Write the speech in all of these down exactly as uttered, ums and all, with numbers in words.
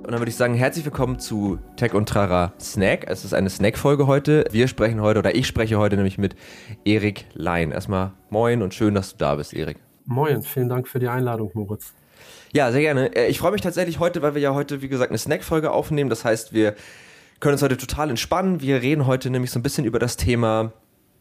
Und dann würde ich sagen, herzlich willkommen zu Tech und Trara Snack. Es ist eine Snack-Folge heute. Wir sprechen heute, oder ich spreche heute nämlich mit Erik Lein. Erstmal moin und schön, dass du da bist, Erik. Moin, vielen Dank für die Einladung, Moritz. Ja, sehr gerne. Ich freue mich tatsächlich heute, weil wir ja heute, wie gesagt, eine Snack-Folge aufnehmen. Das heißt, wir können uns heute total entspannen. Wir reden heute nämlich so ein bisschen über das Thema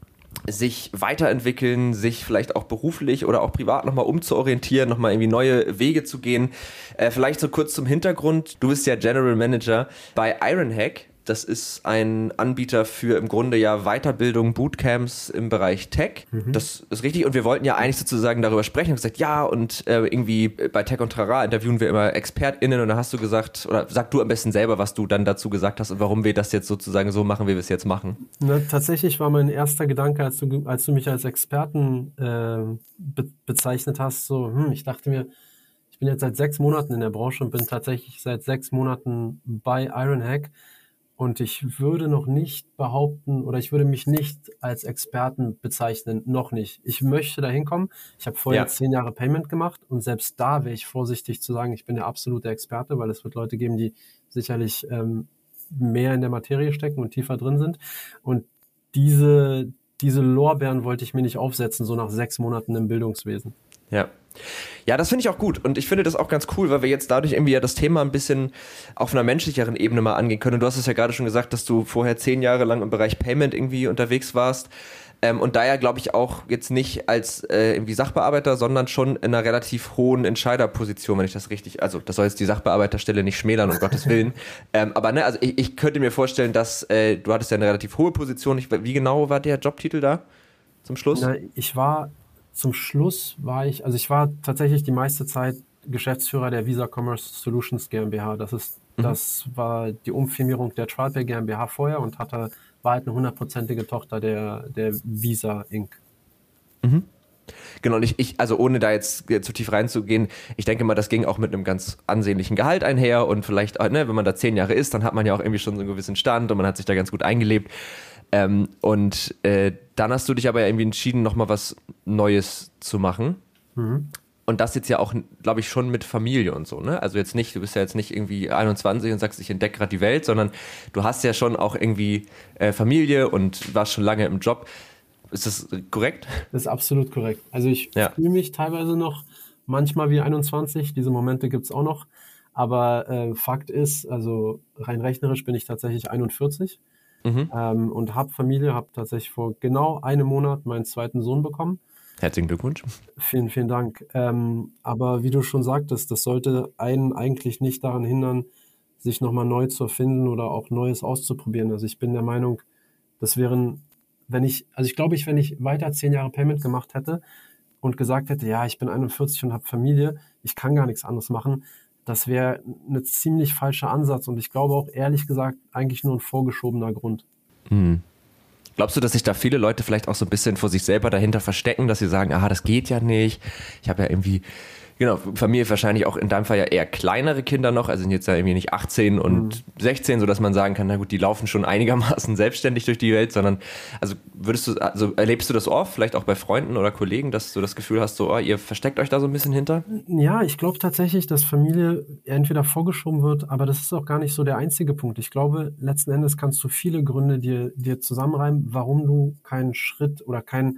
sich weiterentwickeln, sich vielleicht auch beruflich oder auch privat nochmal umzuorientieren, nochmal irgendwie neue Wege zu gehen. Äh, vielleicht so kurz zum Hintergrund. Du bist ja General Manager bei Ironhack. Das ist ein Anbieter für im Grunde ja Weiterbildung, Bootcamps im Bereich Tech. Mhm. Das ist richtig. Und wir wollten ja eigentlich sozusagen darüber sprechen und gesagt, ja, und äh, irgendwie bei Tech und Trara interviewen wir immer ExpertInnen und dann hast du gesagt, oder sag du am besten selber, was du dann dazu gesagt hast und warum wir das jetzt sozusagen so machen, wie wir es jetzt machen. Na, tatsächlich war mein erster Gedanke, als du, als du mich als Experten äh, be- bezeichnet hast, so, hm, ich dachte mir, ich bin jetzt seit sechs Monaten in der Branche und bin tatsächlich seit sechs Monaten bei Ironhack. Und ich würde noch nicht behaupten oder ich würde mich nicht als Experten bezeichnen, noch nicht. Ich möchte da hinkommen. Ich habe vorher ja. zehn Jahre Payment gemacht und selbst da wäre ich vorsichtig zu sagen, ich bin der absolute Experte, weil es wird Leute geben, die sicherlich ähm, mehr in der Materie stecken und tiefer drin sind. Und diese, diese Lorbeeren wollte ich mir nicht aufsetzen, so nach sechs Monaten im Bildungswesen. Ja. Ja, das finde ich auch gut und ich finde das auch ganz cool, weil wir jetzt dadurch irgendwie ja das Thema ein bisschen auf einer menschlicheren Ebene mal angehen können. Und du hast es ja gerade schon gesagt, dass du vorher zehn Jahre lang im Bereich Payment irgendwie unterwegs warst ähm, und da ja, glaube ich, auch jetzt nicht als äh, irgendwie Sachbearbeiter, sondern schon in einer relativ hohen Entscheiderposition, wenn ich das richtig, also das soll jetzt die Sachbearbeiterstelle nicht schmälern, um Gottes Willen. Ähm, aber ne, also ich, ich könnte mir vorstellen, dass äh, du hattest ja eine relativ hohe Position. Ich, wie genau war der Jobtitel da zum Schluss? Na, ich war Zum Schluss war ich, also ich war tatsächlich die meiste Zeit Geschäftsführer der Visa Commerce Solutions GmbH. Das ist, mhm. das war die Umfirmierung der TrialPay GmbH vorher und hatte, war halt eine hundertprozentige Tochter der, der Visa Incorporated. Mhm. Genau, und ich, ich, also ohne da jetzt zu tief reinzugehen, ich denke mal, das ging auch mit einem ganz ansehnlichen Gehalt einher und vielleicht, ne, wenn man da zehn Jahre ist, dann hat man ja auch irgendwie schon so einen gewissen Stand und man hat sich da ganz gut eingelebt. Ähm, und äh, dann hast du dich aber ja irgendwie entschieden, nochmal was Neues zu machen. Mhm. Und das jetzt ja auch, glaube ich, schon mit Familie und so, ne? Also jetzt nicht, du bist ja jetzt nicht irgendwie einundzwanzig und sagst, ich entdecke gerade die Welt, sondern du hast ja schon auch irgendwie äh, Familie und warst schon lange im Job. Ist das korrekt? Das ist absolut korrekt. Also ich ja. fühle mich teilweise noch manchmal wie einundzwanzig, diese Momente gibt es auch noch. Aber äh, Fakt ist, also rein rechnerisch bin ich tatsächlich einundvierzig. Mhm. Ähm, und habe Familie, habe tatsächlich vor genau einem Monat meinen zweiten Sohn bekommen. Herzlichen Glückwunsch. Vielen, vielen Dank. Ähm, aber wie du schon sagtest, das sollte einen eigentlich nicht daran hindern, sich nochmal neu zu erfinden oder auch Neues auszuprobieren. Also ich bin der Meinung, das wären, wenn ich, also ich glaube, ich, wenn ich weiter zehn Jahre Payment gemacht hätte und gesagt hätte, ja, ich bin einundvierzig und habe Familie, ich kann gar nichts anderes machen, das wäre ein ziemlich falscher Ansatz und ich glaube auch, ehrlich gesagt, eigentlich nur ein vorgeschobener Grund. Hm. Glaubst du, dass sich da viele Leute vielleicht auch so ein bisschen vor sich selber dahinter verstecken, dass sie sagen, aha, das geht ja nicht, ich habe ja irgendwie, genau, Familie wahrscheinlich auch in deinem Fall ja eher kleinere Kinder noch, also sind jetzt ja irgendwie nicht achtzehn und mhm. sechzehn, sodass man sagen kann, na gut, die laufen schon einigermaßen selbstständig durch die Welt, sondern, also würdest du, also erlebst du das oft, vielleicht auch bei Freunden oder Kollegen, dass du das Gefühl hast, so, oh, ihr versteckt euch da so ein bisschen hinter? Ja, ich glaube tatsächlich, dass Familie entweder vorgeschoben wird, aber das ist auch gar nicht so der einzige Punkt. Ich glaube, letzten Endes kannst du viele Gründe dir, dir zusammenreimen, warum du keinen Schritt oder keinen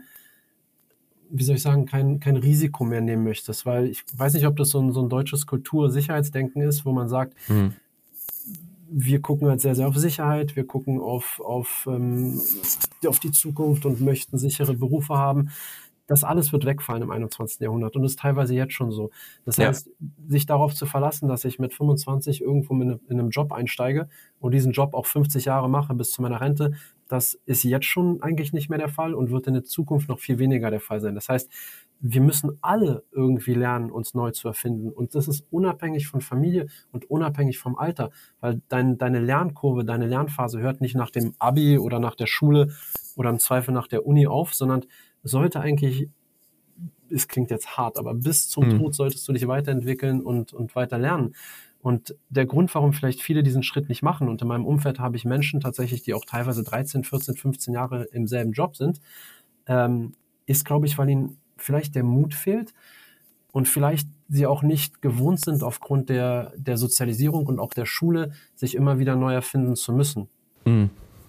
wie soll ich sagen, kein, kein Risiko mehr nehmen möchtest, weil ich weiß nicht, ob das so ein, so ein deutsches Kultur-Sicherheitsdenken ist, wo man sagt, mhm. wir gucken halt sehr, sehr auf Sicherheit, wir gucken auf, auf, ähm, auf die Zukunft und möchten sichere Berufe haben. Das alles wird wegfallen im einundzwanzigsten Jahrhundert und ist teilweise jetzt schon so. Das ja. heißt, sich darauf zu verlassen, dass ich mit fünfundzwanzig irgendwo in einem Job einsteige und diesen Job auch fünfzig Jahre mache bis zu meiner Rente, das ist jetzt schon eigentlich nicht mehr der Fall und wird in der Zukunft noch viel weniger der Fall sein. Das heißt, wir müssen alle irgendwie lernen, uns neu zu erfinden. Und das ist unabhängig von Familie und unabhängig vom Alter, weil dein, deine Lernkurve, deine Lernphase hört nicht nach dem Abi oder nach der Schule oder im Zweifel nach der Uni auf, sondern sollte eigentlich, es klingt jetzt hart, aber bis zum hm. Tod solltest du dich weiterentwickeln und, und weiter lernen. Und der Grund, warum vielleicht viele diesen Schritt nicht machen, und in meinem Umfeld habe ich Menschen tatsächlich, die auch teilweise dreizehn, vierzehn, fünfzehn Jahre im selben Job sind, ähm, ist, glaube ich, weil ihnen vielleicht der Mut fehlt und vielleicht sie auch nicht gewohnt sind, aufgrund der, der Sozialisierung und auch der Schule, sich immer wieder neu erfinden zu müssen. Mhm.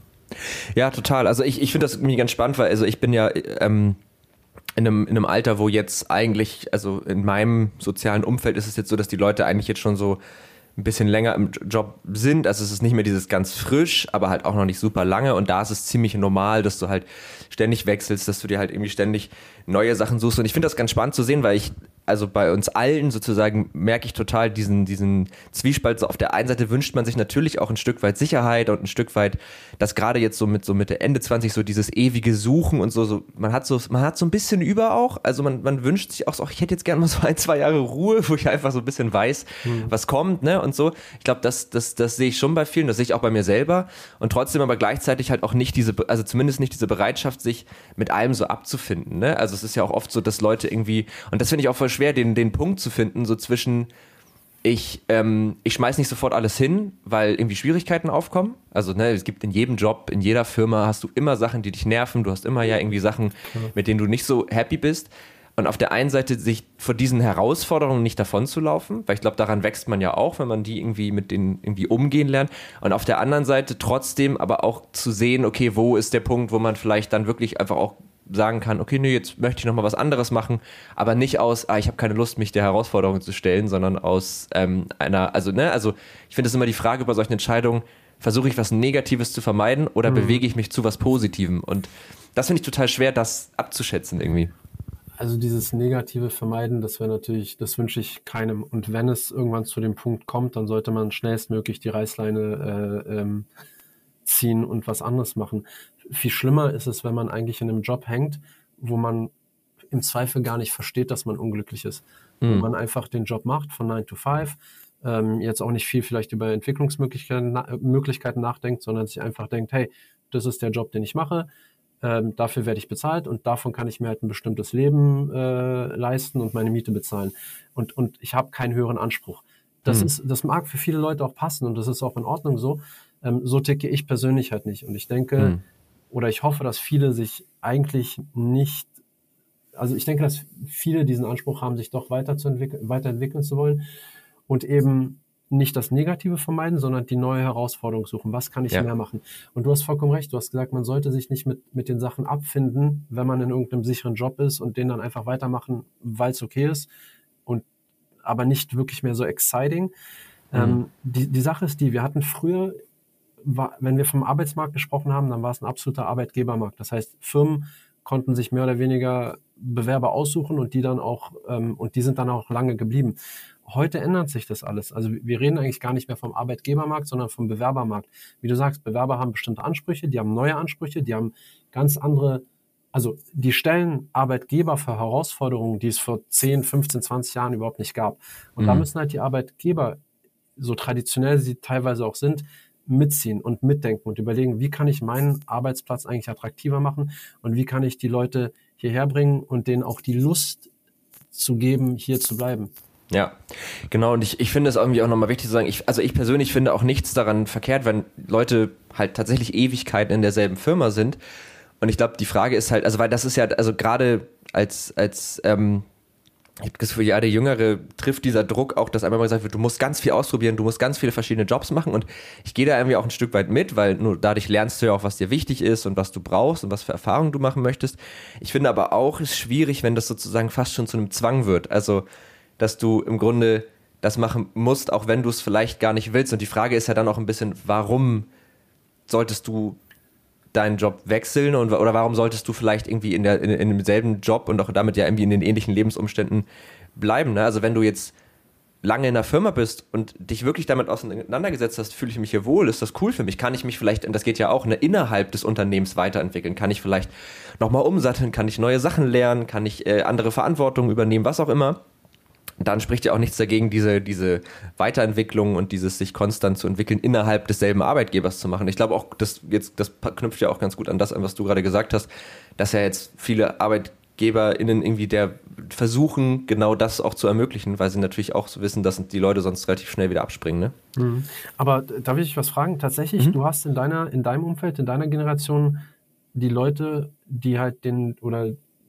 Ja, total. Also ich, ich finde das irgendwie ganz spannend, weil also ich bin ja ähm, in, einem, in einem Alter, wo jetzt eigentlich, also in meinem sozialen Umfeld ist es jetzt so, dass die Leute eigentlich jetzt schon so ein bisschen länger im Job sind. Also es ist nicht mehr dieses ganz frisch, aber halt auch noch nicht super lange. Und da ist es ziemlich normal, dass du halt ständig wechselst, dass du dir halt irgendwie ständig neue Sachen suchst. Und ich finde das ganz spannend zu sehen, weil ich, also bei uns allen sozusagen merke ich total diesen, diesen Zwiespalt. So auf der einen Seite wünscht man sich natürlich auch ein Stück weit Sicherheit und ein Stück weit, dass gerade jetzt so mit so Mitte, Ende zwanzig so dieses ewige Suchen und so, so man hat so, man hat so ein bisschen über auch. Also man, man wünscht sich auch so, ich hätte jetzt gerne mal so ein, zwei Jahre Ruhe, wo ich einfach so ein bisschen weiß, mhm. was kommt, ne, und so. Ich glaube, das, das, das sehe ich schon bei vielen, das sehe ich auch bei mir selber und trotzdem aber gleichzeitig halt auch nicht diese, also zumindest nicht diese Bereitschaft, sich mit allem so abzufinden, ne. Also es ist ja auch oft so, dass Leute irgendwie, und das finde ich auch voll schwer, den, den Punkt zu finden, so zwischen ich, ähm, ich schmeiß nicht sofort alles hin, weil irgendwie Schwierigkeiten aufkommen. Also ne, es gibt in jedem Job, in jeder Firma hast du immer Sachen, die dich nerven, du hast immer ja irgendwie Sachen, mit denen du nicht so happy bist. Und auf der einen Seite sich vor diesen Herausforderungen nicht davon zu laufen, weil ich glaube, daran wächst man ja auch, wenn man die irgendwie mit denen irgendwie umgehen lernt. Und auf der anderen Seite trotzdem aber auch zu sehen, okay, wo ist der Punkt, wo man vielleicht dann wirklich einfach auch sagen kann, okay, nee, jetzt möchte ich noch mal was anderes machen, aber nicht aus, ah, ich habe keine Lust, mich der Herausforderung zu stellen, sondern aus ähm, einer, also ne, also ich finde es immer die Frage bei solchen Entscheidungen, versuche ich was Negatives zu vermeiden oder mhm. bewege ich mich zu was Positivem? Und das finde ich total schwer, das abzuschätzen irgendwie. Also dieses negative Vermeiden, das wäre natürlich, das wünsche ich keinem. Und wenn es irgendwann zu dem Punkt kommt, dann sollte man schnellstmöglich die Reißleine äh, ähm, ziehen und was anderes machen. Viel schlimmer ist es, wenn man eigentlich in einem Job hängt, wo man im Zweifel gar nicht versteht, dass man unglücklich ist. Mhm. Wo man einfach den Job macht von nine to five, ähm, jetzt auch nicht viel vielleicht über Entwicklungsmöglichkeiten na- Möglichkeiten nachdenkt, sondern sich einfach denkt, hey, das ist der Job, den ich mache, ähm, dafür werde ich bezahlt und davon kann ich mir halt ein bestimmtes Leben äh, leisten und meine Miete bezahlen. Und, und ich habe keinen höheren Anspruch. Das mhm. ist, das mag für viele Leute auch passen und das ist auch in Ordnung so. Ähm, so ticke ich persönlich halt nicht. Und ich denke, mhm. oder ich hoffe, dass viele sich eigentlich nicht, also ich denke, dass viele diesen Anspruch haben, sich doch weiterzuentwickeln, weiterentwickeln zu wollen und eben nicht das Negative vermeiden, sondern die neue Herausforderung suchen. Was kann ich ja. mehr machen? Und du hast vollkommen recht. Du hast gesagt, man sollte sich nicht mit, mit den Sachen abfinden, wenn man in irgendeinem sicheren Job ist und den dann einfach weitermachen, weil es okay ist und aber nicht wirklich mehr so exciting. Mhm. Ähm, die, die Sache ist die, wir hatten früher, war, wenn wir vom Arbeitsmarkt gesprochen haben, dann war es ein absoluter Arbeitgebermarkt. Das heißt, Firmen konnten sich mehr oder weniger Bewerber aussuchen und die dann auch, ähm, und die sind dann auch lange geblieben. Heute ändert sich das alles. Also wir reden eigentlich gar nicht mehr vom Arbeitgebermarkt, sondern vom Bewerbermarkt. Wie du sagst, Bewerber haben bestimmte Ansprüche, die haben neue Ansprüche, die haben ganz andere, also die stellen Arbeitgeber für Herausforderungen, die es vor zehn, fünfzehn, zwanzig Jahren überhaupt nicht gab. Und mhm. da müssen halt die Arbeitgeber, so traditionell sie teilweise auch sind, mitziehen und mitdenken und überlegen, wie kann ich meinen Arbeitsplatz eigentlich attraktiver machen und wie kann ich die Leute hierher bringen und denen auch die Lust zu geben, hier zu bleiben. Ja, genau. Und ich, ich finde es irgendwie auch nochmal wichtig zu sagen, ich, also ich persönlich finde auch nichts daran verkehrt, wenn Leute halt tatsächlich Ewigkeiten in derselben Firma sind. Und ich glaube, die Frage ist halt, also weil das ist ja, also gerade als, als, ähm, ich habe das Gefühl, ja, der Jüngere trifft dieser Druck auch, dass einmal mal gesagt wird, du musst ganz viel ausprobieren, du musst ganz viele verschiedene Jobs machen und ich gehe da irgendwie auch ein Stück weit mit, weil nur dadurch lernst du ja auch, was dir wichtig ist und was du brauchst und was für Erfahrungen du machen möchtest. Ich finde aber auch, es ist schwierig, wenn das sozusagen fast schon zu einem Zwang wird, also dass du im Grunde das machen musst, auch wenn du es vielleicht gar nicht willst und die Frage ist ja dann auch ein bisschen, warum solltest du deinen Job wechseln und oder warum solltest du vielleicht irgendwie in der in, in demselben Job und auch damit ja irgendwie in den ähnlichen Lebensumständen bleiben, ne? Also wenn du jetzt lange in einer Firma bist und dich wirklich damit auseinandergesetzt hast, fühle ich mich hier wohl, ist das cool für mich, kann ich mich vielleicht, und das geht ja auch, ne, innerhalb des Unternehmens weiterentwickeln, kann ich vielleicht nochmal umsatteln, kann ich neue Sachen lernen, kann ich äh, andere Verantwortung übernehmen, was auch immer. Dann spricht ja auch nichts dagegen, diese, diese Weiterentwicklung und dieses sich konstant zu entwickeln innerhalb desselben Arbeitgebers zu machen. Ich glaube auch, das, jetzt, das knüpft ja auch ganz gut an das an, was du gerade gesagt hast, dass ja jetzt viele ArbeitgeberInnen irgendwie der versuchen, genau das auch zu ermöglichen, weil sie natürlich auch so wissen, dass die Leute sonst relativ schnell wieder abspringen. Ne? Mhm. Aber darf ich was fragen? Tatsächlich, mhm. du hast in deiner, in deinem Umfeld, in deiner Generation die Leute, die halt den, oder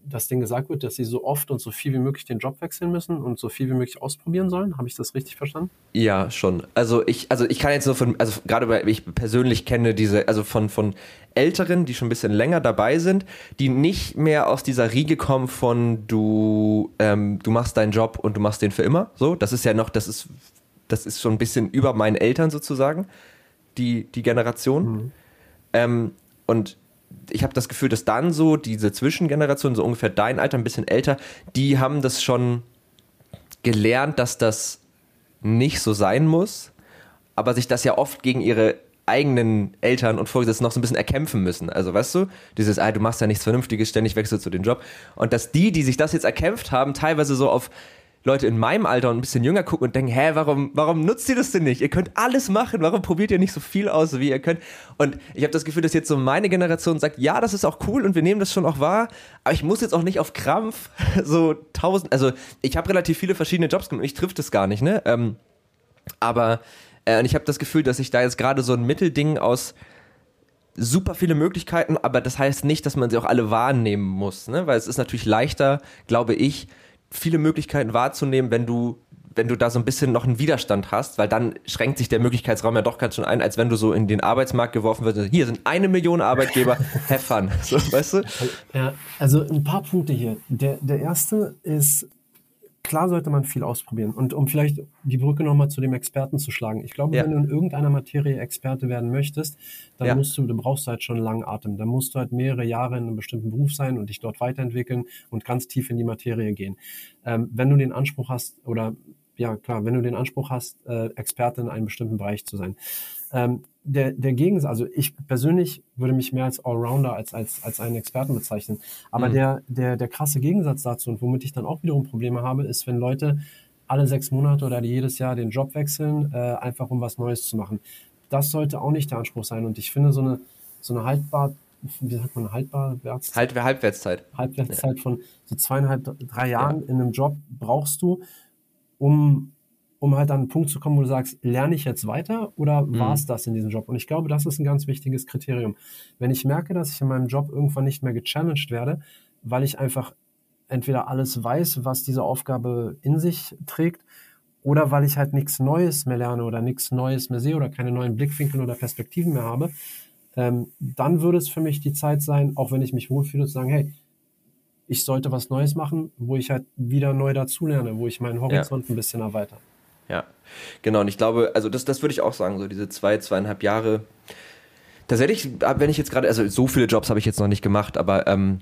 dass denen gesagt wird, dass sie so oft und so viel wie möglich den Job wechseln müssen und so viel wie möglich ausprobieren sollen. Habe ich das richtig verstanden? Ja, schon. Also ich, also ich kann jetzt nur von, also gerade weil ich persönlich kenne diese, also von, von Älteren, die schon ein bisschen länger dabei sind, die nicht mehr aus dieser Riege kommen von du, ähm, du machst deinen Job und du machst den für immer. So, das ist ja noch, das ist, das ist schon ein bisschen über meinen Eltern sozusagen, die, die Generation. Mhm. Ähm, und ich habe das Gefühl, dass dann so diese Zwischengeneration, so ungefähr dein Alter, ein bisschen älter, die haben das schon gelernt, dass das nicht so sein muss, aber sich das ja oft gegen ihre eigenen Eltern und Vorgesetzten noch so ein bisschen erkämpfen müssen. Also weißt du, dieses, ah, du machst ja nichts Vernünftiges, ständig wechselst du den Job. Und dass die, die sich das jetzt erkämpft haben, teilweise so auf Leute in meinem Alter und ein bisschen jünger gucken und denken, hä, warum, warum nutzt ihr das denn nicht? Ihr könnt alles machen, warum probiert ihr nicht so viel aus, wie ihr könnt? Und ich habe das Gefühl, dass jetzt so meine Generation sagt, ja, das ist auch cool und wir nehmen das schon auch wahr, aber ich muss jetzt auch nicht auf Krampf so tausend, also ich habe relativ viele verschiedene Jobs gemacht und ich trifft das gar nicht, ne? Ähm, aber äh, und ich habe das Gefühl, dass ich da jetzt gerade so ein Mittelding aus super viele Möglichkeiten, aber das heißt nicht, dass man sie auch alle wahrnehmen muss, ne? Weil es ist natürlich leichter, glaube ich, viele Möglichkeiten wahrzunehmen, wenn du, wenn du da so ein bisschen noch einen Widerstand hast, weil dann schränkt sich der Möglichkeitsraum ja doch ganz schön ein, als wenn du so in den Arbeitsmarkt geworfen wirst. Hier sind eine Million Arbeitgeber, have fun. So, weißt du? Ja, also ein paar Punkte hier. Der, der erste ist, klar sollte man viel ausprobieren. Und um vielleicht die Brücke nochmal zu dem Experten zu schlagen. Ich glaube, ja. wenn du in irgendeiner Materie Experte werden möchtest, dann ja. musst du, dann brauchst du halt schon einen langen Atem. Dann musst du halt mehrere Jahre in einem bestimmten Beruf sein und dich dort weiterentwickeln und ganz tief in die Materie gehen. Ähm, wenn du den Anspruch hast, oder ja klar, wenn du den Anspruch hast, äh, Experte in einem bestimmten Bereich zu sein. Ähm, der, der Gegensatz, also ich persönlich würde mich mehr als Allrounder als, als, als einen Experten bezeichnen. Aber mhm. der, der, der krasse Gegensatz dazu und womit ich dann auch wiederum Probleme habe, ist, wenn Leute alle sechs Monate oder jedes Jahr den Job wechseln, äh, einfach um was Neues zu machen. Das sollte auch nicht der Anspruch sein. Und ich finde so eine, so eine haltbar, wie sagt man, Haltbarwertszeit? Halt, Halbwertszeit. Halbwertszeit ja. von so zweieinhalb, drei Jahren ja. in einem Job brauchst du, um um halt an einen Punkt zu kommen, wo du sagst, lerne ich jetzt weiter oder mhm. war es das in diesem Job? Und ich glaube, das ist ein ganz wichtiges Kriterium. Wenn ich merke, dass ich in meinem Job irgendwann nicht mehr gechallenged werde, weil ich einfach entweder alles weiß, was diese Aufgabe in sich trägt, oder weil ich halt nichts Neues mehr lerne oder nichts Neues mehr sehe oder keine neuen Blickwinkel oder Perspektiven mehr habe, ähm, dann würde es für mich die Zeit sein, auch wenn ich mich wohlfühle, zu sagen, hey, ich sollte was Neues machen, wo ich halt wieder neu dazulerne, wo ich meinen Horizont ja. ein bisschen erweitere. Ja, genau. Und ich glaube, also das, das würde ich auch sagen, so diese zwei, zweieinhalb Jahre. Tatsächlich, wenn ich jetzt gerade, also so viele Jobs habe ich jetzt noch nicht gemacht, aber ähm,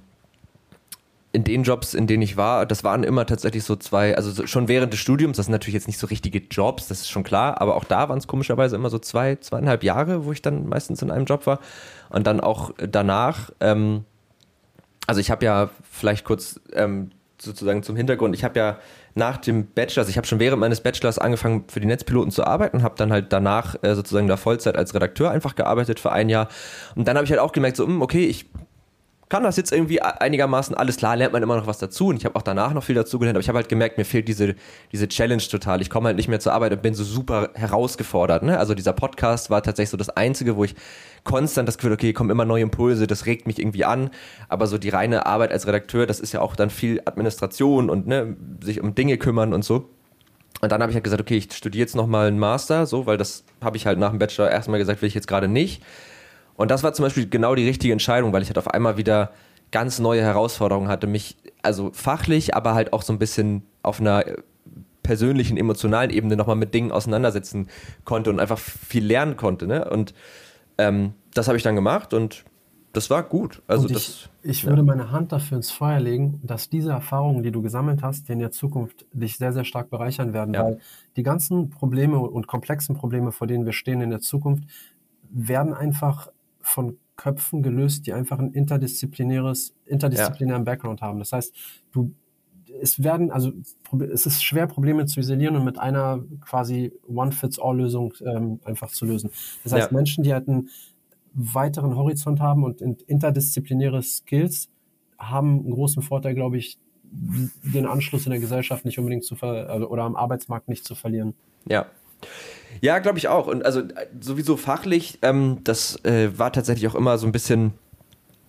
in den Jobs, in denen ich war, das waren immer tatsächlich so zwei, also so, schon während des Studiums, das sind natürlich jetzt nicht so richtige Jobs, das ist schon klar, aber auch da waren es komischerweise immer so zwei, zweieinhalb Jahre, wo ich dann meistens in einem Job war. Und dann auch danach, ähm, also ich habe ja vielleicht kurz ähm, sozusagen zum Hintergrund, ich habe ja nach dem Bachelor, also ich habe schon während meines Bachelors angefangen für die Netzpiloten zu arbeiten, habe dann halt danach äh, sozusagen da Vollzeit als Redakteur einfach gearbeitet für ein Jahr und dann habe ich halt auch gemerkt, so, okay, ich kann das jetzt irgendwie einigermaßen, alles klar, lernt man immer noch was dazu und ich habe auch danach noch viel dazu gelernt, aber ich habe halt gemerkt, mir fehlt diese, diese Challenge total, ich komme halt nicht mehr zur Arbeit und bin so super herausgefordert, ne? Also dieser Podcast war tatsächlich so das Einzige, wo ich konstant das Gefühl, okay, hier kommen immer neue Impulse, das regt mich irgendwie an, aber so die reine Arbeit als Redakteur, das ist ja auch dann viel Administration und ne, sich um Dinge kümmern und so. Und dann habe ich halt gesagt, okay, ich studiere jetzt nochmal einen Master, so, weil das habe ich halt nach dem Bachelor erstmal gesagt, will ich jetzt gerade nicht. Und das war zum Beispiel genau die richtige Entscheidung, weil ich halt auf einmal wieder ganz neue Herausforderungen hatte, mich, also fachlich, aber halt auch so ein bisschen auf einer persönlichen, emotionalen Ebene nochmal mit Dingen auseinandersetzen konnte und einfach viel lernen konnte, ne? Und ähm, das habe ich dann gemacht und das war gut. Also und ich, das, ich ja. würde meine Hand dafür ins Feuer legen, dass diese Erfahrungen, die du gesammelt hast, dir in der Zukunft dich sehr, sehr stark bereichern werden, ja. weil die ganzen Probleme und komplexen Probleme, vor denen wir stehen in der Zukunft, werden einfach von Köpfen gelöst, die einfach ein interdisziplinäres, interdisziplinären ja. Background haben. Das heißt, du, es werden, also es ist schwer, Probleme zu isolieren und mit einer quasi One-Fits-All-Lösung ähm, einfach zu lösen. Das heißt, ja. Menschen, die halt einen weiteren Horizont haben und interdisziplinäre Skills haben einen großen Vorteil, glaube ich, den Anschluss in der Gesellschaft nicht unbedingt zu ver- also, oder am Arbeitsmarkt nicht zu verlieren. Ja. Ja, glaube ich auch. Und also sowieso fachlich, ähm, das äh, war tatsächlich auch immer so ein bisschen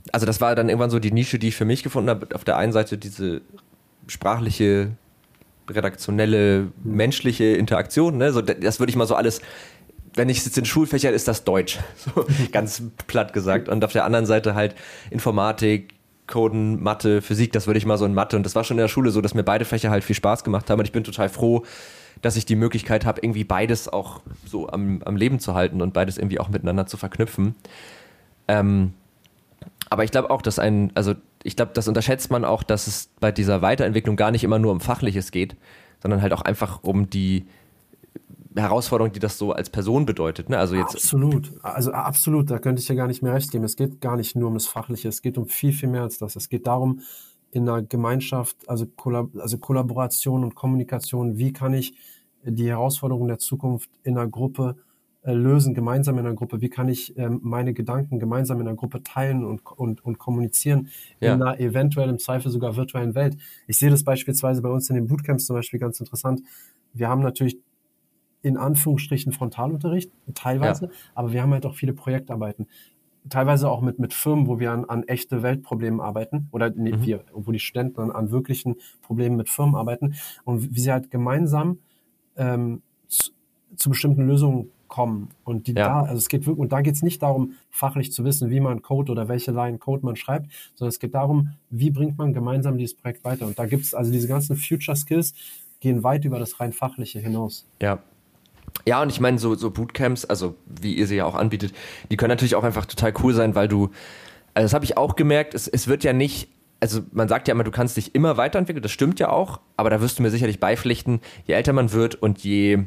also das war dann irgendwann so die Nische, die ich für mich gefunden habe. Auf der einen Seite diese sprachliche, redaktionelle, menschliche Interaktion, ne? So, das würde ich mal so alles, wenn ich sitze in Schulfächern, ist das Deutsch, so ganz platt gesagt. Und auf der anderen Seite halt Informatik, Coden, Mathe, Physik, das würde ich mal so in Mathe. Und das war schon in der Schule so, dass mir beide Fächer halt viel Spaß gemacht haben. Und ich bin total froh, dass ich die Möglichkeit habe, irgendwie beides auch so am, am Leben zu halten und beides irgendwie auch miteinander zu verknüpfen. Ähm, aber ich glaube auch, dass ein, also ich glaube, das unterschätzt man auch, dass es bei dieser Weiterentwicklung gar nicht immer nur um Fachliches geht, sondern halt auch einfach um die Herausforderung, die das so als Person bedeutet. Ne? Also jetzt absolut, also absolut, da könnte ich ja gar nicht mehr recht geben. Es geht gar nicht nur um das Fachliche, es geht um viel, viel mehr als das. Es geht darum, in einer Gemeinschaft, also, Kollab- also Kollaboration und Kommunikation, wie kann ich die Herausforderungen der Zukunft in einer Gruppe äh, lösen, gemeinsam in einer Gruppe, wie kann ich ähm, meine Gedanken gemeinsam in einer Gruppe teilen und, und, und kommunizieren, ja, in einer eventuell im Zweifel sogar virtuellen Welt. Ich sehe das beispielsweise bei uns in den Bootcamps zum Beispiel ganz interessant. Wir haben natürlich in Anführungsstrichen Frontalunterricht, teilweise, ja, aber wir haben halt auch viele Projektarbeiten. Teilweise auch mit, mit Firmen, wo wir an, an echte Weltproblemen arbeiten oder nee, mhm. wir, wo die Studenten an, an wirklichen Problemen mit Firmen arbeiten und wie sie halt gemeinsam ähm, zu, zu bestimmten Lösungen kommen. Und die ja. da, also es geht wirklich, und da geht es nicht darum, fachlich zu wissen, wie man Code oder welche Line Code man schreibt, sondern es geht darum, wie bringt man gemeinsam dieses Projekt weiter. Und da gibt es also diese ganzen Future Skills, gehen weit über das rein Fachliche hinaus. Ja. Ja, und ich meine, so, so Bootcamps, also wie ihr sie ja auch anbietet, die können natürlich auch einfach total cool sein, weil du, also das habe ich auch gemerkt, es, es wird ja nicht, also man sagt ja immer, du kannst dich immer weiterentwickeln, das stimmt ja auch, aber da wirst du mir sicherlich beipflichten, je älter man wird und je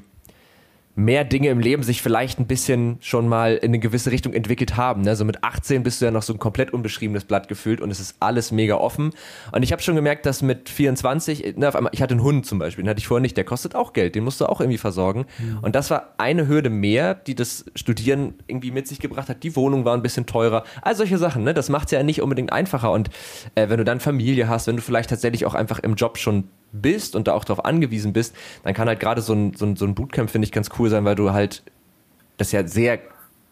mehr Dinge im Leben sich vielleicht ein bisschen schon mal in eine gewisse Richtung entwickelt haben. Ne? So mit achtzehn bist du ja noch so ein komplett unbeschriebenes Blatt gefühlt und es ist alles mega offen. Und ich habe schon gemerkt, dass mit vierundzwanzig, ne, auf einmal, ich hatte einen Hund zum Beispiel, den hatte ich vorher nicht, der kostet auch Geld, den musst du auch irgendwie versorgen. Mhm. Und das war eine Hürde mehr, die das Studieren irgendwie mit sich gebracht hat. Die Wohnung war ein bisschen teurer. All solche Sachen, ne? Das macht es ja nicht unbedingt einfacher. Und äh, wenn du dann Familie hast, wenn du vielleicht tatsächlich auch einfach im Job schon bist und da auch darauf angewiesen bist, dann kann halt gerade so ein, so ein, so ein Bootcamp, finde ich, ganz cool sein, weil du halt das ja sehr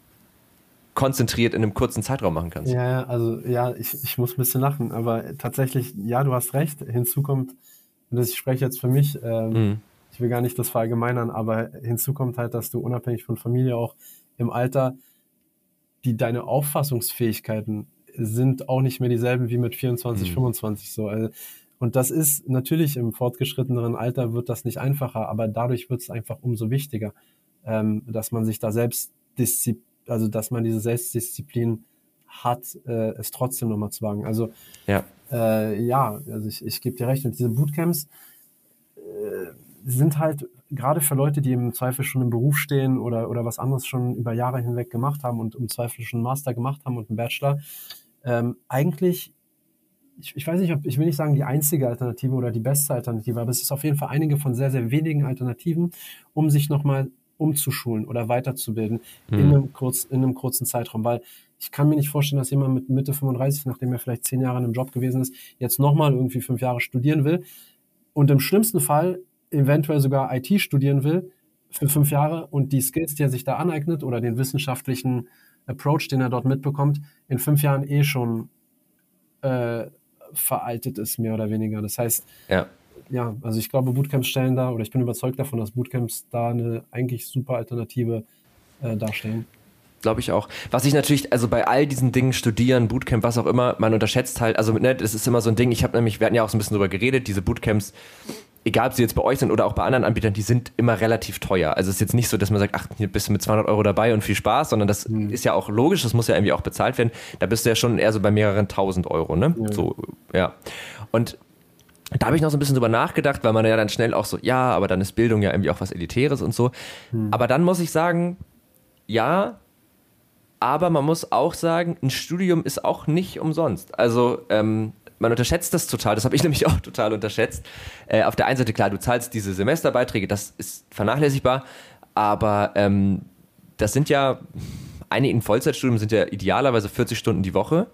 konzentriert in einem kurzen Zeitraum machen kannst. Ja, also ja, ich, ich muss ein bisschen lachen, aber tatsächlich, ja, du hast recht. Hinzu kommt, und das, ich spreche jetzt für mich, ähm, mhm. ich will gar nicht das verallgemeinern, aber hinzu kommt halt, dass du unabhängig von Familie auch im Alter, die deine Auffassungsfähigkeiten sind auch nicht mehr dieselben wie mit vierundzwanzig, mhm. fünfundzwanzig so. Also, und das ist natürlich im fortgeschritteneren Alter wird das nicht einfacher, aber dadurch wird es einfach umso wichtiger, ähm, dass man sich da selbst diszipliniert, also dass man diese Selbstdisziplin hat, äh, es trotzdem nochmal zu wagen. Also ja, äh, ja also ich, ich gebe dir recht, und diese Bootcamps äh, sind halt gerade für Leute, die im Zweifel schon im Beruf stehen oder, oder was anderes schon über Jahre hinweg gemacht haben und im Zweifel schon einen Master gemacht haben und einen Bachelor, ähm, eigentlich, ich, ich weiß nicht, ob, ich will nicht sagen die einzige Alternative oder die beste Alternative, aber es ist auf jeden Fall einige von sehr, sehr wenigen Alternativen, um sich nochmal umzuschulen oder weiterzubilden mhm. in einem kurz, in einem kurzen Zeitraum, weil ich kann mir nicht vorstellen, dass jemand mit Mitte fünfunddreißig, nachdem er vielleicht zehn Jahre in einem Job gewesen ist, jetzt nochmal irgendwie fünf Jahre studieren will und im schlimmsten Fall eventuell sogar I T studieren will für fünf Jahre und die Skills, die er sich da aneignet oder den wissenschaftlichen Approach, den er dort mitbekommt, in fünf Jahren eh schon äh, veraltet ist, mehr oder weniger. Das heißt, ja. Ja, also ich glaube, Bootcamps stellen da, oder ich bin überzeugt davon, dass Bootcamps da eine eigentlich super Alternative äh, darstellen. Glaube ich auch. Was ich natürlich, also bei all diesen Dingen, Studieren, Bootcamp, was auch immer, man unterschätzt halt, also ne, das ist immer so ein Ding, ich habe nämlich, wir hatten ja auch so ein bisschen drüber geredet, diese Bootcamps, egal ob sie jetzt bei euch sind oder auch bei anderen Anbietern, die sind immer relativ teuer. Also es ist jetzt nicht so, dass man sagt, ach, hier bist du mit zweihundert Euro dabei und viel Spaß, sondern das mhm. ist ja auch logisch, das muss ja irgendwie auch bezahlt werden. Da bist du ja schon eher so bei mehreren tausend Euro, ne? Ja. So, ja. Und da habe ich noch so ein bisschen drüber nachgedacht, weil man ja dann schnell auch so, ja, aber dann ist Bildung ja irgendwie auch was Elitäres und so. Hm. Aber dann muss ich sagen, ja, aber man muss auch sagen, ein Studium ist auch nicht umsonst. Also ähm, man unterschätzt das total, das habe ich nämlich auch total unterschätzt. Äh, auf der einen Seite, klar, du zahlst diese Semesterbeiträge, das ist vernachlässigbar, aber ähm, das sind ja, einige in Vollzeitstudium sind ja idealerweise vierzig Stunden die Woche,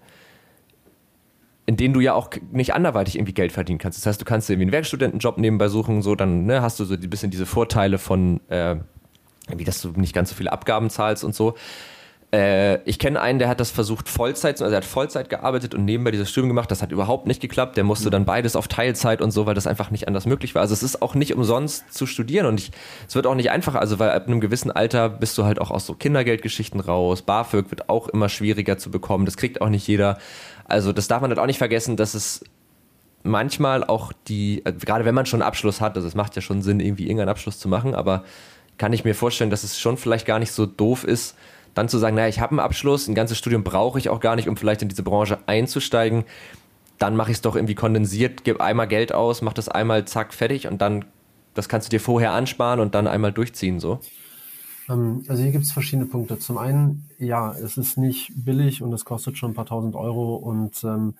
in denen du ja auch nicht anderweitig irgendwie Geld verdienen kannst. Das heißt, du kannst irgendwie einen Werkstudentenjob nebenbei suchen, so dann ne, hast du so ein bisschen diese Vorteile von, äh, irgendwie, dass du nicht ganz so viele Abgaben zahlst und so. Äh, ich kenne einen, der hat das versucht Vollzeit, also er hat Vollzeit gearbeitet und nebenbei dieses Studium gemacht. Das hat überhaupt nicht geklappt. Der musste dann beides auf Teilzeit und so, weil das einfach nicht anders möglich war. Also es ist auch nicht umsonst zu studieren und ich, es wird auch nicht einfacher. Also weil ab einem gewissen Alter bist du halt auch aus so Kindergeldgeschichten raus. BAföG wird auch immer schwieriger zu bekommen. Das kriegt auch nicht jeder. Also das darf man halt auch nicht vergessen, dass es manchmal auch die, also gerade wenn man schon einen Abschluss hat, also es macht ja schon Sinn, irgendwie irgendeinen Abschluss zu machen, aber kann ich mir vorstellen, dass es schon vielleicht gar nicht so doof ist, dann zu sagen, naja, ich habe einen Abschluss, ein ganzes Studium brauche ich auch gar nicht, um vielleicht in diese Branche einzusteigen. Dann mache ich es doch irgendwie kondensiert, gebe einmal Geld aus, mach das einmal, zack, fertig und dann, das kannst du dir vorher ansparen und dann einmal durchziehen, so. Ähm, also hier gibt es verschiedene Punkte. Zum einen, ja, es ist nicht billig und es kostet schon ein paar tausend Euro und ähm,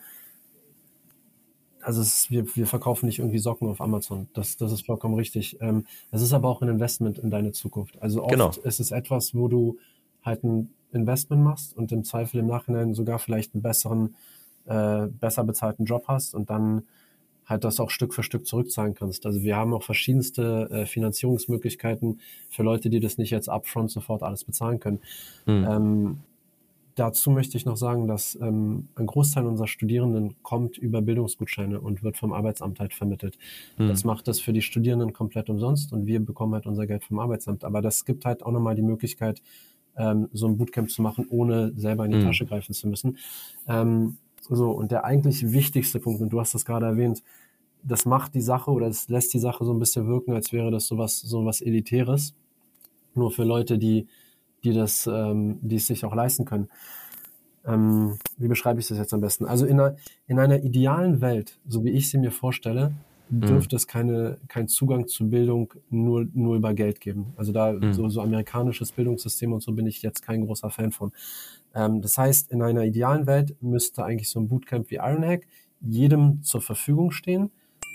also es ist, wir, wir verkaufen nicht irgendwie Socken auf Amazon. Das, das ist vollkommen richtig. Ähm, es ist aber auch ein Investment in deine Zukunft. Also oft Genau. ist es etwas, wo du halt ein Investment machst und im Zweifel im Nachhinein sogar vielleicht einen besseren, äh, besser bezahlten Job hast und dann halt das auch Stück für Stück zurückzahlen kannst. Also wir haben auch verschiedenste äh, Finanzierungsmöglichkeiten für Leute, die das nicht jetzt upfront sofort alles bezahlen können. Hm. Ähm, dazu möchte ich noch sagen, dass ähm, ein Großteil unserer Studierenden kommt über Bildungsgutscheine und wird vom Arbeitsamt halt vermittelt. Hm. Das macht das für die Studierenden komplett umsonst und wir bekommen halt unser Geld vom Arbeitsamt. Aber das gibt halt auch nochmal die Möglichkeit, ähm, so ein Bootcamp zu machen, ohne selber in die Hm. Tasche greifen zu müssen. Ähm, so, und der eigentlich wichtigste Punkt, und du hast das gerade erwähnt, das macht die Sache oder es lässt die Sache so ein bisschen wirken, als wäre das sowas, sowas Elitäres. Nur für Leute, die, die das, ähm, die es sich auch leisten können. Ähm, wie beschreibe ich das jetzt am besten? Also in einer, in einer idealen Welt, so wie ich sie mir vorstelle, dürfte es keine, keinen Zugang zu Bildung nur, nur über Geld geben. Also da Mhm. so, so amerikanisches Bildungssystem und so bin ich jetzt kein großer Fan von. Ähm, das heißt, in einer idealen Welt müsste eigentlich so ein Bootcamp wie Ironhack jedem zur Verfügung stehen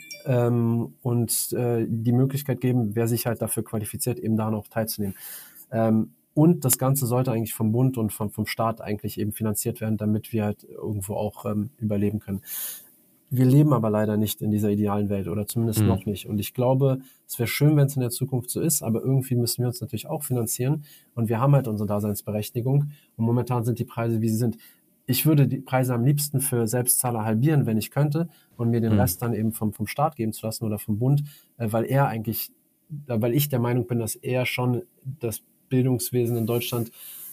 ähm, und äh, die Möglichkeit geben, wer sich halt dafür qualifiziert, eben daran auch teilzunehmen. Ähm, und das Ganze sollte eigentlich vom Bund und vom, vom Staat eigentlich eben finanziert werden, damit wir halt irgendwo auch ähm, überleben können. Wir leben aber leider nicht in dieser idealen Welt oder zumindest Mhm. noch nicht. Und ich glaube, es wäre schön, wenn es in der Zukunft so ist, aber irgendwie müssen wir uns natürlich auch finanzieren und wir haben halt unsere Daseinsberechtigung und momentan sind die Preise, wie sie sind. Ich würde die Preise am liebsten für Selbstzahler halbieren, wenn ich könnte und mir den Mhm. Rest dann eben vom, vom Staat geben zu lassen oder vom Bund, äh, weil er eigentlich, äh, weil ich der Meinung bin, dass er schon das Bildungswesen in Deutschland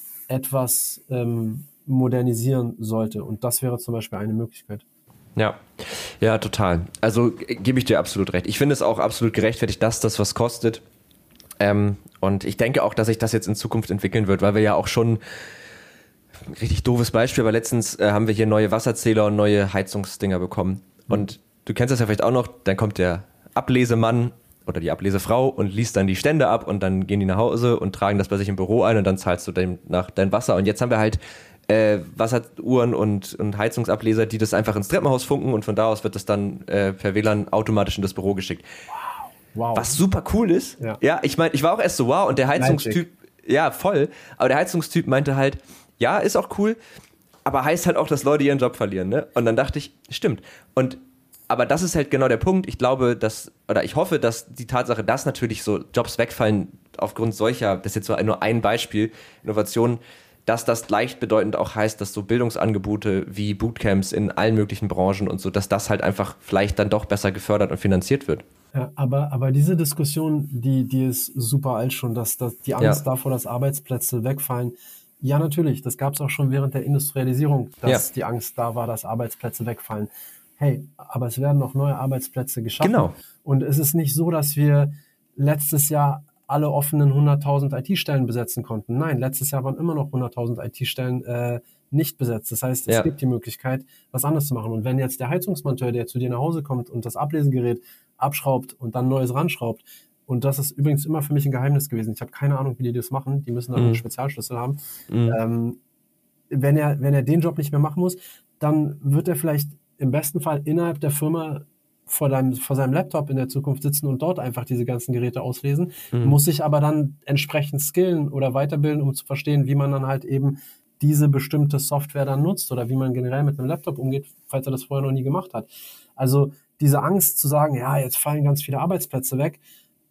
etwas ähm, modernisieren sollte. Und das wäre zum Beispiel eine Möglichkeit. Ja, ja, total. Also äh, gebe ich dir absolut recht. Ich finde es auch absolut gerechtfertigt, dass das was kostet. Ähm, und ich denke auch, dass sich das jetzt in Zukunft entwickeln wird, weil wir ja auch schon, ein richtig doofes Beispiel, aber letztens äh, haben wir hier neue Wasserzähler und neue Heizungsdinger bekommen. Und du kennst das ja vielleicht auch noch, dann kommt der Ablesemann oder die Ablesefrau und liest dann die Stände ab und dann gehen die nach Hause und tragen das bei sich im Büro ein und dann zahlst du dem nach dein Wasser. Und jetzt haben wir halt äh, Wasseruhren und, und Heizungsableser, die das einfach ins Treppenhaus funken und von da aus wird das dann äh, per W L A N automatisch in das Büro geschickt. Wow. Was super cool ist. Ja. Ja, ich meine, ich war auch erst so, wow, und der Heizungstyp, ja, voll, aber der Heizungstyp meinte halt, ja, ist auch cool, aber heißt halt auch, dass Leute ihren Job verlieren, ne? Und dann dachte ich, stimmt. Und aber das ist halt genau der Punkt. Ich glaube, dass, oder ich hoffe, dass die Tatsache, dass natürlich so Jobs wegfallen aufgrund solcher, das ist jetzt nur ein Beispiel, Innovationen, dass das gleichbedeutend auch heißt, dass so Bildungsangebote wie Bootcamps in allen möglichen Branchen und so, dass das halt einfach vielleicht dann doch besser gefördert und finanziert wird. Ja, aber, aber diese Diskussion, die, die ist super alt schon, dass, dass die Angst Ja. davor, dass Arbeitsplätze wegfallen. Ja, natürlich, das gab es auch schon während der Industrialisierung, dass Ja. die Angst da war, dass Arbeitsplätze wegfallen. Hey, aber es werden noch neue Arbeitsplätze geschaffen. Genau. Und es ist nicht so, dass wir letztes Jahr alle offenen hunderttausend I T-Stellen besetzen konnten. Nein, letztes Jahr waren immer noch hunderttausend I T-Stellen äh, nicht besetzt. Das heißt, es Ja. gibt die Möglichkeit, was anderes zu machen. Und wenn jetzt der Heizungsmonteur, der zu dir nach Hause kommt und das Ablesegerät abschraubt und dann neues ranschraubt, und das ist übrigens immer für mich ein Geheimnis gewesen. Ich habe keine Ahnung, wie die das machen. Die müssen dann Mhm. einen Spezialschlüssel haben. Mhm. Ähm, wenn er, wenn er den Job nicht mehr machen muss, dann wird er vielleicht im besten Fall innerhalb der Firma vor, deinem, vor seinem Laptop in der Zukunft sitzen und dort einfach diese ganzen Geräte auslesen, Mhm. muss sich aber dann entsprechend skillen oder weiterbilden, um zu verstehen, wie man dann halt eben diese bestimmte Software dann nutzt oder wie man generell mit einem Laptop umgeht, falls er das vorher noch nie gemacht hat. Also diese Angst zu sagen, ja, jetzt fallen ganz viele Arbeitsplätze weg,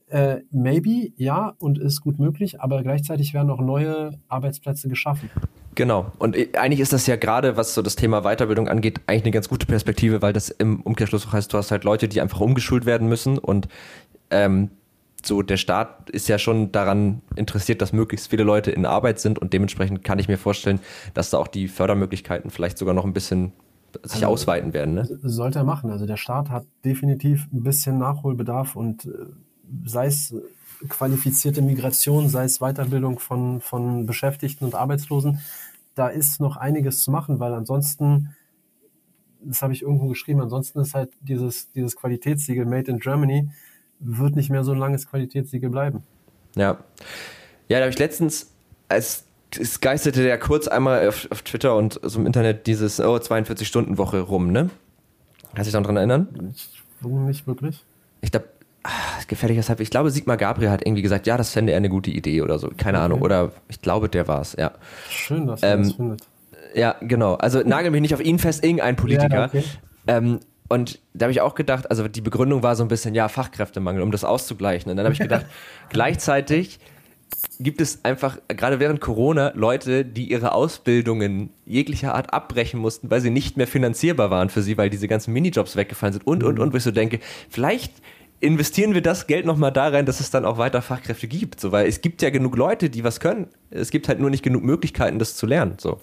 Äh, maybe, ja, und ist gut möglich, aber gleichzeitig werden auch neue Arbeitsplätze geschaffen. Genau. Und eigentlich ist das ja gerade, was so das Thema Weiterbildung angeht, eigentlich eine ganz gute Perspektive, weil das im Umkehrschluss auch heißt, du hast halt Leute, die einfach umgeschult werden müssen und ähm, so der Staat ist ja schon daran interessiert, dass möglichst viele Leute in Arbeit sind und dementsprechend kann ich mir vorstellen, dass da auch die Fördermöglichkeiten vielleicht sogar noch ein bisschen sich also, ausweiten werden. Ne? Sollte er machen. Also der Staat hat definitiv ein bisschen Nachholbedarf und äh, sei es qualifizierte Migration, sei es Weiterbildung von, von Beschäftigten und Arbeitslosen, da ist noch einiges zu machen, weil ansonsten, das habe ich irgendwo geschrieben, ansonsten ist halt dieses, dieses Qualitätssiegel Made in Germany wird nicht mehr so ein langes Qualitätssiegel bleiben. Ja, ja, da habe ich letztens, als es geisterte ja kurz einmal auf, auf Twitter und so im Internet dieses oh, zweiundvierzig-Stunden-Woche rum, ne? Kannst du dich daran erinnern? Nicht wirklich. Ich glaube, gefährliches Halbwissen. Ich glaube, Sigmar Gabriel hat irgendwie gesagt, ja, das fände er eine gute Idee oder so. Keine okay. Ahnung. Oder ich glaube, der war es, ja. Schön, dass er ähm, das findet. Ja, genau. Also nagel mich nicht auf ihn fest, irgendein Politiker. Ja, okay. ähm, und da habe ich auch gedacht, also die Begründung war so ein bisschen, ja, Fachkräftemangel, um das auszugleichen. Und dann habe ich gedacht, gleichzeitig gibt es einfach, gerade während Corona, Leute, die ihre Ausbildungen jeglicher Art abbrechen mussten, weil sie nicht mehr finanzierbar waren für sie, weil diese ganzen Minijobs weggefallen sind und, und, und, wo ich so denke, vielleicht investieren wir das Geld nochmal da rein, dass es dann auch weiter Fachkräfte gibt, so, weil es gibt ja genug Leute, die was können. Es gibt halt nur nicht genug Möglichkeiten, das zu lernen, so.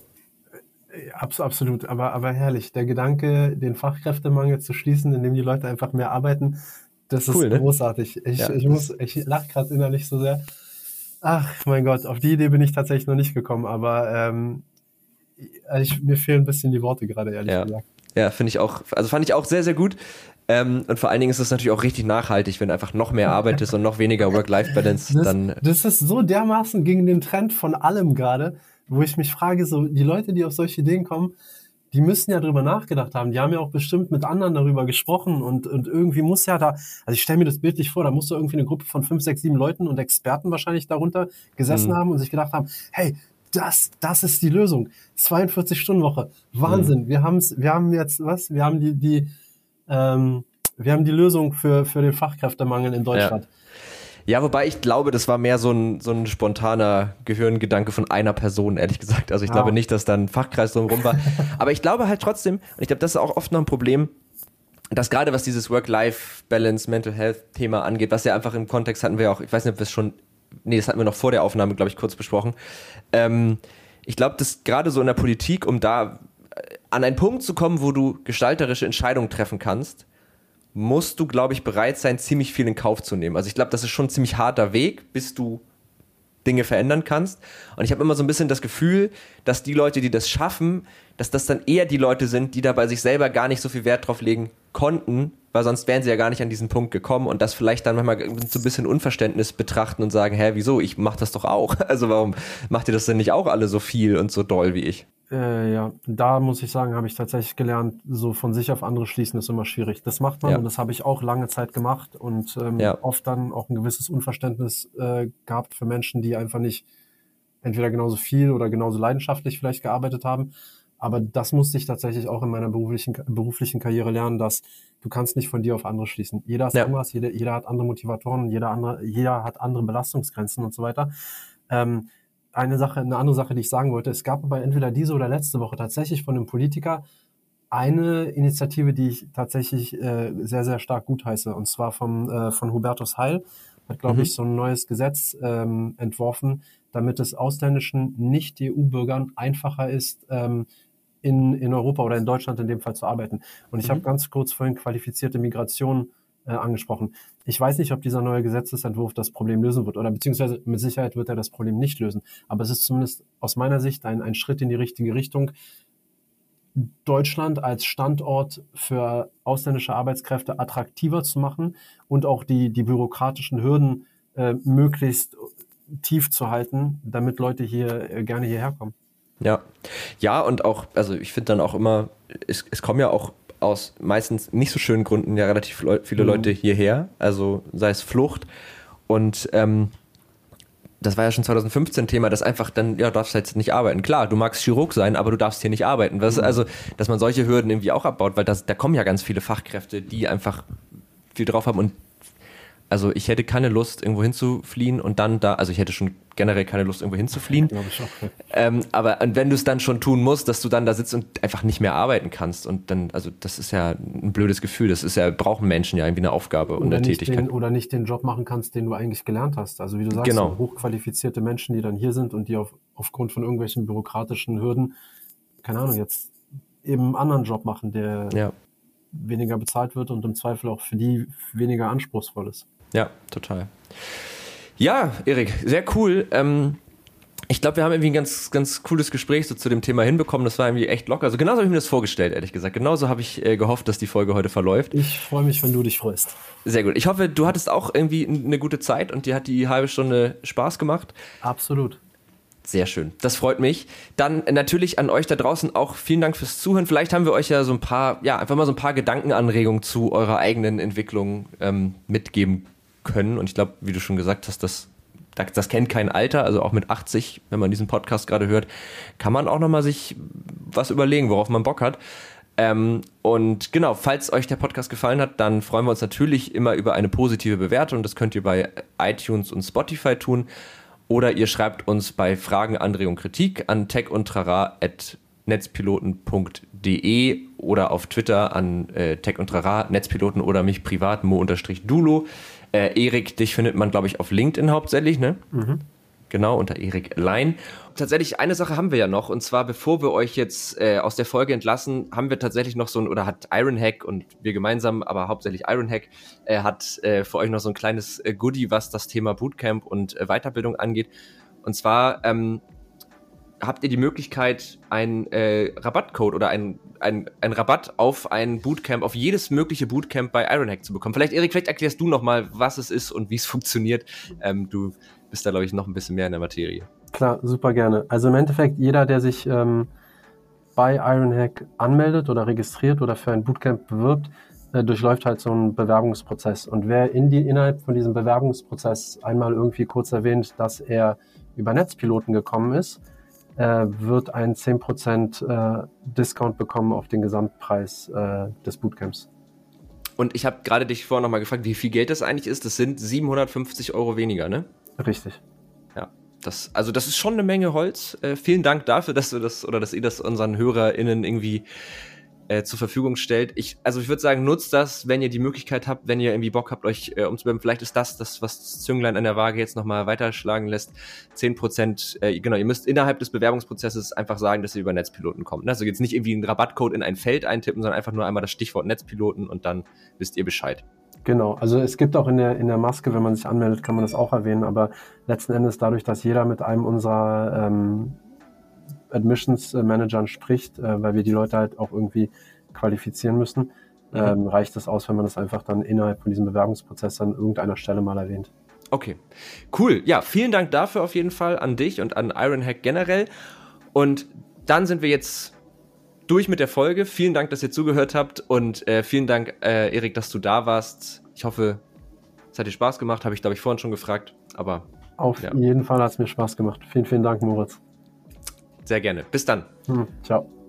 Absolut, aber, aber herrlich. Der Gedanke, den Fachkräftemangel zu schließen, indem die Leute einfach mehr arbeiten, das ist cool, ne? Großartig. Ich, ja, ich muss, ich lache gerade innerlich so sehr. Ach, mein Gott, auf die Idee bin ich tatsächlich noch nicht gekommen, aber ähm, ich, mir fehlen ein bisschen die Worte gerade, ehrlich ja. gesagt. Ja, finde ich auch, also fand ich auch sehr, sehr gut. Ähm, und vor allen Dingen ist es natürlich auch richtig nachhaltig, wenn einfach noch mehr Arbeit ist und noch weniger Work-Life-Balance. Das, dann das ist so dermaßen gegen den Trend von allem gerade, wo ich mich frage, so die Leute, die auf solche Ideen kommen, die müssen ja drüber nachgedacht haben. Die haben ja auch bestimmt mit anderen darüber gesprochen und, und irgendwie muss ja da, also ich stelle mir das bildlich vor, da muss da irgendwie eine Gruppe von fünf, sechs, sieben Leuten und Experten wahrscheinlich darunter gesessen mhm. haben und sich gedacht haben, hey, das, das ist die Lösung. zweiundvierzig-Stunden-Woche. Wahnsinn. Mhm. Wir haben's, wir haben jetzt, was? Wir haben die, die, ähm, wir haben die Lösung für, für den Fachkräftemangel in Deutschland. Ja. Ja, wobei ich glaube, das war mehr so ein, so ein spontaner Gehirngedanke von einer Person, ehrlich gesagt. Also ich ja. glaube nicht, dass da ein Fachkreis drumherum war. Aber ich glaube halt trotzdem, und ich glaube, das ist auch oft noch ein Problem, dass gerade was dieses Work-Life-Balance, Mental Health-Thema angeht, was ja einfach im Kontext hatten wir auch, ich weiß nicht, ob wir es schon, nee, das hatten wir noch vor der Aufnahme, glaube ich, kurz besprochen. Ähm, ich glaube, dass gerade so in der Politik, um da an einen Punkt zu kommen, wo du gestalterische Entscheidungen treffen kannst, musst du, glaube ich, bereit sein, ziemlich viel in Kauf zu nehmen. Also ich glaube, das ist schon ein ziemlich harter Weg, bis du Dinge verändern kannst. Und ich habe immer so ein bisschen das Gefühl, dass die Leute, die das schaffen, dass das dann eher die Leute sind, die da bei sich selber gar nicht so viel Wert drauf legen konnten, weil sonst wären sie ja gar nicht an diesen Punkt gekommen und das vielleicht dann manchmal so ein bisschen Unverständnis betrachten und sagen, hä, wieso, ich mach das doch auch. Also warum macht ihr das denn nicht auch alle so viel und so doll wie ich? Äh, ja, da muss ich sagen, habe ich tatsächlich gelernt, so von sich auf andere schließen ist immer schwierig. Das macht man ja. und das habe ich auch lange Zeit gemacht und ähm, ja. oft dann auch ein gewisses Unverständnis äh, gehabt für Menschen, die einfach nicht entweder genauso viel oder genauso leidenschaftlich vielleicht gearbeitet haben. Aber das musste ich tatsächlich auch in meiner beruflichen, beruflichen Karriere lernen, dass du kannst nicht von dir auf andere schließen. Jeder ist ja. anders, jeder, jeder hat andere Motivatoren, jeder andere, jeder hat andere Belastungsgrenzen und so weiter. Ähm, Eine Sache, eine andere Sache, die ich sagen wollte, es gab aber entweder diese oder letzte Woche tatsächlich von einem Politiker eine Initiative, die ich tatsächlich äh, sehr, sehr stark gutheiße, und zwar vom, äh, von Hubertus Heil, hat, glaube mhm. ich, so ein neues Gesetz ähm, entworfen, damit es ausländischen Nicht-E U-Bürgern einfacher ist, ähm, in, in Europa oder in Deutschland in dem Fall zu arbeiten. Und ich mhm. habe ganz kurz vorhin qualifizierte Migration Äh, angesprochen. Ich weiß nicht, ob dieser neue Gesetzesentwurf das Problem lösen wird oder beziehungsweise mit Sicherheit wird er das Problem nicht lösen. Aber es ist zumindest aus meiner Sicht ein, ein Schritt in die richtige Richtung, Deutschland als Standort für ausländische Arbeitskräfte attraktiver zu machen und auch die, die bürokratischen Hürden äh, möglichst tief zu halten, damit Leute hier äh, gerne hierher kommen. Ja, ja und auch, also ich finde dann auch immer, es, es kommen ja auch aus meistens nicht so schönen Gründen ja relativ leu- viele Leute hierher, also sei es Flucht und ähm, das war ja schon zwanzig fünfzehn Thema, dass einfach dann, ja, du darfst jetzt nicht arbeiten. Klar, du magst Chirurg sein, aber du darfst hier nicht arbeiten. Was, mhm. Also, dass man solche Hürden irgendwie auch abbaut, weil das, da kommen ja ganz viele Fachkräfte, die einfach viel drauf haben und Also ich hätte keine Lust, irgendwo hinzufliehen und dann da, also ich hätte schon generell keine Lust, irgendwo hinzufliehen. Glaube ich auch. Ja. Ähm, aber und wenn du es dann schon tun musst, dass du dann da sitzt und einfach nicht mehr arbeiten kannst und dann, also das ist ja ein blödes Gefühl. Das ist ja, brauchen Menschen ja irgendwie eine Aufgabe und Oder eine nicht Tätigkeit. den, oder nicht den Job machen kannst, den du eigentlich gelernt hast. Also wie du sagst, Genau. so hochqualifizierte Menschen, die dann hier sind und die auf, aufgrund von irgendwelchen bürokratischen Hürden, keine Ahnung, jetzt eben einen anderen Job machen, der Ja. weniger bezahlt wird und im Zweifel auch für die weniger anspruchsvoll ist. Ja, total. Ja, Erik, sehr cool. Ähm, ich glaube, wir haben irgendwie ein ganz, ganz cooles Gespräch so zu dem Thema hinbekommen. Das war irgendwie echt locker. Also genauso habe ich mir das vorgestellt, ehrlich gesagt. Genauso habe ich äh, gehofft, dass die Folge heute verläuft. Ich freue mich, wenn du dich freust. Sehr gut. Ich hoffe, du hattest auch irgendwie eine gute Zeit und dir hat die halbe Stunde Spaß gemacht. Absolut. Sehr schön. Das freut mich. Dann natürlich an euch da draußen auch vielen Dank fürs Zuhören. Vielleicht haben wir euch ja so ein paar, ja, einfach mal so ein paar Gedankenanregungen zu eurer eigenen Entwicklung ähm, mitgeben können. Und ich glaube, wie du schon gesagt hast, das, das, das kennt kein Alter. Also auch mit achtzig, wenn man diesen Podcast gerade hört, kann man auch nochmal sich was überlegen, worauf man Bock hat. Ähm, und genau, falls euch der Podcast gefallen hat, dann freuen wir uns natürlich immer über eine positive Bewertung. Das könnt ihr bei iTunes und Spotify tun. Oder ihr schreibt uns bei Fragen, Anregungen, Kritik an techundtrara at netzpiloten punkt de oder auf Twitter an äh, techundtrara, Netzpiloten oder mich privat, mo-dulo. Äh, Erik, dich findet man, glaube ich, auf LinkedIn hauptsächlich, ne? Mhm. Genau, unter Erik Lein. Tatsächlich, eine Sache haben wir ja noch, und zwar, bevor wir euch jetzt äh, aus der Folge entlassen, haben wir tatsächlich noch so ein, oder hat Ironhack und wir gemeinsam, aber hauptsächlich Ironhack, äh, hat äh, für euch noch so ein kleines äh, Goodie, was das Thema Bootcamp und äh, Weiterbildung angeht. Und zwar ähm, habt ihr die Möglichkeit, einen äh, Rabattcode oder einen ein, ein Rabatt auf ein Bootcamp, auf jedes mögliche Bootcamp bei Ironhack zu bekommen. Vielleicht, Erik, vielleicht erklärst du nochmal, was es ist und wie es funktioniert. Ähm, du bist da, glaube ich, noch ein bisschen mehr in der Materie. Klar, super gerne. Also im Endeffekt, jeder, der sich ähm, bei Ironhack anmeldet oder registriert oder für ein Bootcamp bewirbt, äh, durchläuft halt so einen Bewerbungsprozess. Und wer in die, innerhalb von diesem Bewerbungsprozess einmal irgendwie kurz erwähnt, dass er über Netzpiloten gekommen ist, äh, wird ein zehn Prozent äh, Discount bekommen auf den Gesamtpreis äh, des Bootcamps. Und ich habe gerade dich vorher nochmal gefragt, wie viel Geld das eigentlich ist. Das sind siebenhundertfünfzig Euro weniger, ne? Richtig. Ja, das, also das ist schon eine Menge Holz. Äh, vielen Dank dafür, dass du das oder dass ihr das unseren HörerInnen irgendwie äh, zur Verfügung stellt. Ich, also ich würde sagen, nutzt das, wenn ihr die Möglichkeit habt, wenn ihr irgendwie Bock habt, euch äh, umzubewerben. Vielleicht ist das das, was das Zünglein an der Waage jetzt nochmal weiterschlagen lässt. zehn Prozent, äh, genau, ihr müsst innerhalb des Bewerbungsprozesses einfach sagen, dass ihr über Netzpiloten kommt. Also jetzt nicht irgendwie einen Rabattcode in ein Feld eintippen, sondern einfach nur einmal das Stichwort Netzpiloten und dann wisst ihr Bescheid. Genau, also es gibt auch in der, in der Maske, wenn man sich anmeldet, kann man das auch erwähnen, aber letzten Endes dadurch, dass jeder mit einem unserer ähm, Admissions-Managern spricht, äh, weil wir die Leute halt auch irgendwie qualifizieren müssen, mhm. ähm, reicht es aus, wenn man das einfach dann innerhalb von diesem Bewerbungsprozess an irgendeiner Stelle mal erwähnt. Okay, cool. Ja, vielen Dank dafür auf jeden Fall an dich und an Ironhack generell. Und dann sind wir jetzt durch mit der Folge. Vielen Dank, dass ihr zugehört habt und äh, vielen Dank, äh, Erik, dass du da warst. Ich hoffe, es hat dir Spaß gemacht, habe ich, glaube ich, vorhin schon gefragt, aber auf ja. jeden Fall hat es mir Spaß gemacht. Vielen, vielen Dank, Moritz. Sehr gerne. Bis dann. Hm, ciao.